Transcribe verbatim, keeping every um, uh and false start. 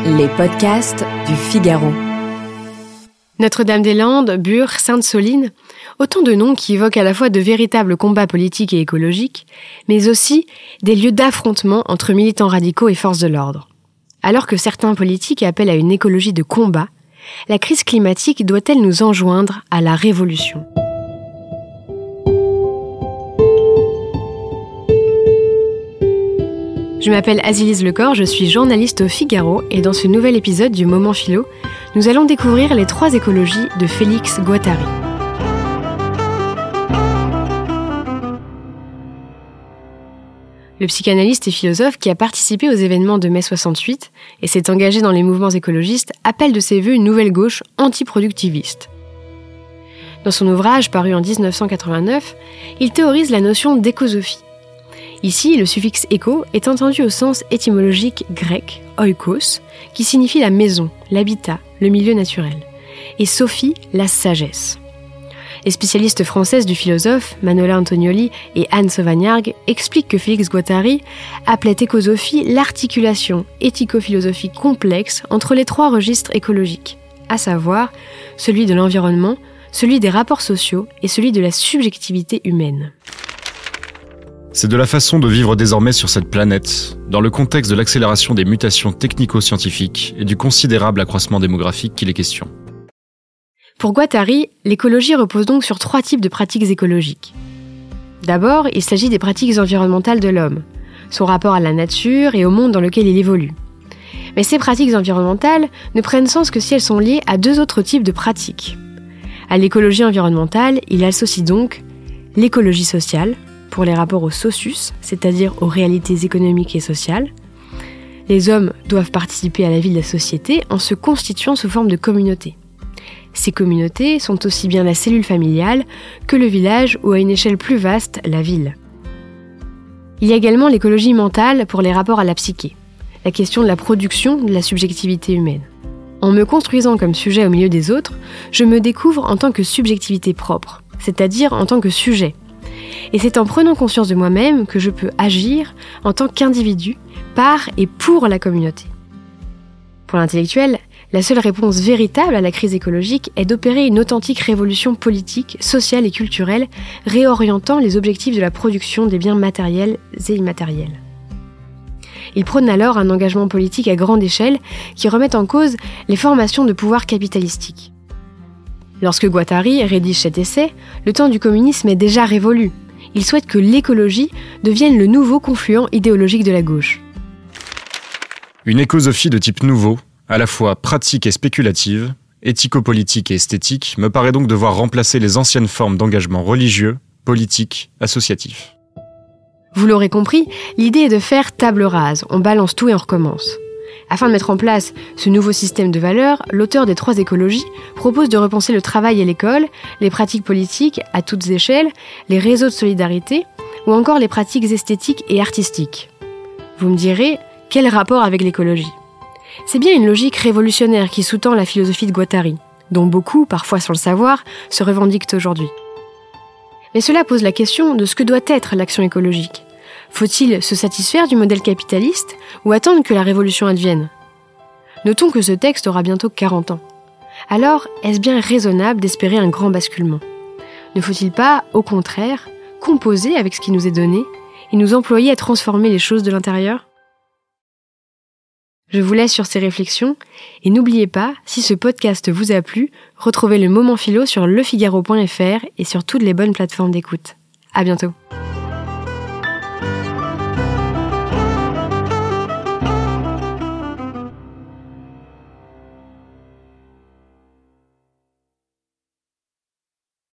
Les podcasts du Figaro. Notre-Dame-des-Landes, Bure, Sainte-Soline, autant de noms qui évoquent à la fois de véritables combats politiques et écologiques, mais aussi des lieux d'affrontement entre militants radicaux et forces de l'ordre. Alors que certains politiques appellent à une écologie de combat, la crise climatique doit-elle nous enjoindre à la révolution ? Je m'appelle Azilise Lecor, je suis journaliste au Figaro et dans ce nouvel épisode du Moment Philo, nous allons découvrir les trois écologies de Félix Guattari. Le psychanalyste et philosophe qui a participé aux événements de mai soixante-huit et s'est engagé dans les mouvements écologistes appelle de ses vœux une nouvelle gauche antiproductiviste. Dans son ouvrage paru en dix-neuf cent quatre-vingt-neuf, il théorise la notion d'écosophie. Ici, le suffixe éco est entendu au sens étymologique grec, oikos, qui signifie la maison, l'habitat, le milieu naturel, et sophie, la sagesse. Les spécialistes françaises du philosophe, Manola Antonioli et Anne Sauvagnargues, expliquent que Félix Guattari appelait écosophie l'articulation éthico-philosophique complexe entre les trois registres écologiques, à savoir celui de l'environnement, celui des rapports sociaux et celui de la subjectivité humaine. C'est de la façon de vivre désormais sur cette planète, dans le contexte de l'accélération des mutations technico-scientifiques et du considérable accroissement démographique qu'il est question. Pour Guattari, l'écologie repose donc sur trois types de pratiques écologiques. D'abord, il s'agit des pratiques environnementales de l'homme, son rapport à la nature et au monde dans lequel il évolue. Mais ces pratiques environnementales ne prennent sens que si elles sont liées à deux autres types de pratiques. À l'écologie environnementale, il associe donc l'écologie sociale, pour les rapports au socius, c'est-à-dire aux réalités économiques et sociales. Les hommes doivent participer à la vie de la société en se constituant sous forme de communautés. Ces communautés sont aussi bien la cellule familiale que le village ou à une échelle plus vaste, la ville. Il y a également l'écologie mentale pour les rapports à la psyché, la question de la production de la subjectivité humaine. En me construisant comme sujet au milieu des autres, je me découvre en tant que subjectivité propre, c'est-à-dire en tant que sujet. Et c'est en prenant conscience de moi-même que je peux agir en tant qu'individu, par et pour la communauté. Pour l'intellectuel, la seule réponse véritable à la crise écologique est d'opérer une authentique révolution politique, sociale et culturelle, réorientant les objectifs de la production des biens matériels et immatériels. Il prône alors un engagement politique à grande échelle qui remet en cause les formations de pouvoir capitalistiques. Lorsque Guattari rédige cet essai, le temps du communisme est déjà révolu. Il souhaite que l'écologie devienne le nouveau confluent idéologique de la gauche. Une écosophie de type nouveau, à la fois pratique et spéculative, éthico-politique et esthétique, me paraît donc devoir remplacer les anciennes formes d'engagement religieux, politique, associatif. Vous l'aurez compris, l'idée est de faire table rase, on balance tout et on recommence. Afin de mettre en place ce nouveau système de valeurs, l'auteur des trois écologies propose de repenser le travail et l'école, les pratiques politiques à toutes échelles, les réseaux de solidarité ou encore les pratiques esthétiques et artistiques. Vous me direz, quel rapport avec l'écologie ? C'est bien une logique révolutionnaire qui sous-tend la philosophie de Guattari, dont beaucoup, parfois sans le savoir, se revendiquent aujourd'hui. Mais cela pose la question de ce que doit être l'action écologique. Faut-il se satisfaire du modèle capitaliste ou attendre que la révolution advienne ? Notons que ce texte aura bientôt quarante ans. Alors, est-ce bien raisonnable d'espérer un grand basculement ? Ne faut-il pas, au contraire, composer avec ce qui nous est donné et nous employer à transformer les choses de l'intérieur ? Je vous laisse sur ces réflexions et n'oubliez pas, si ce podcast vous a plu, retrouvez le Moment Philo sur lefigaro point f r et sur toutes les bonnes plateformes d'écoute. À bientôt.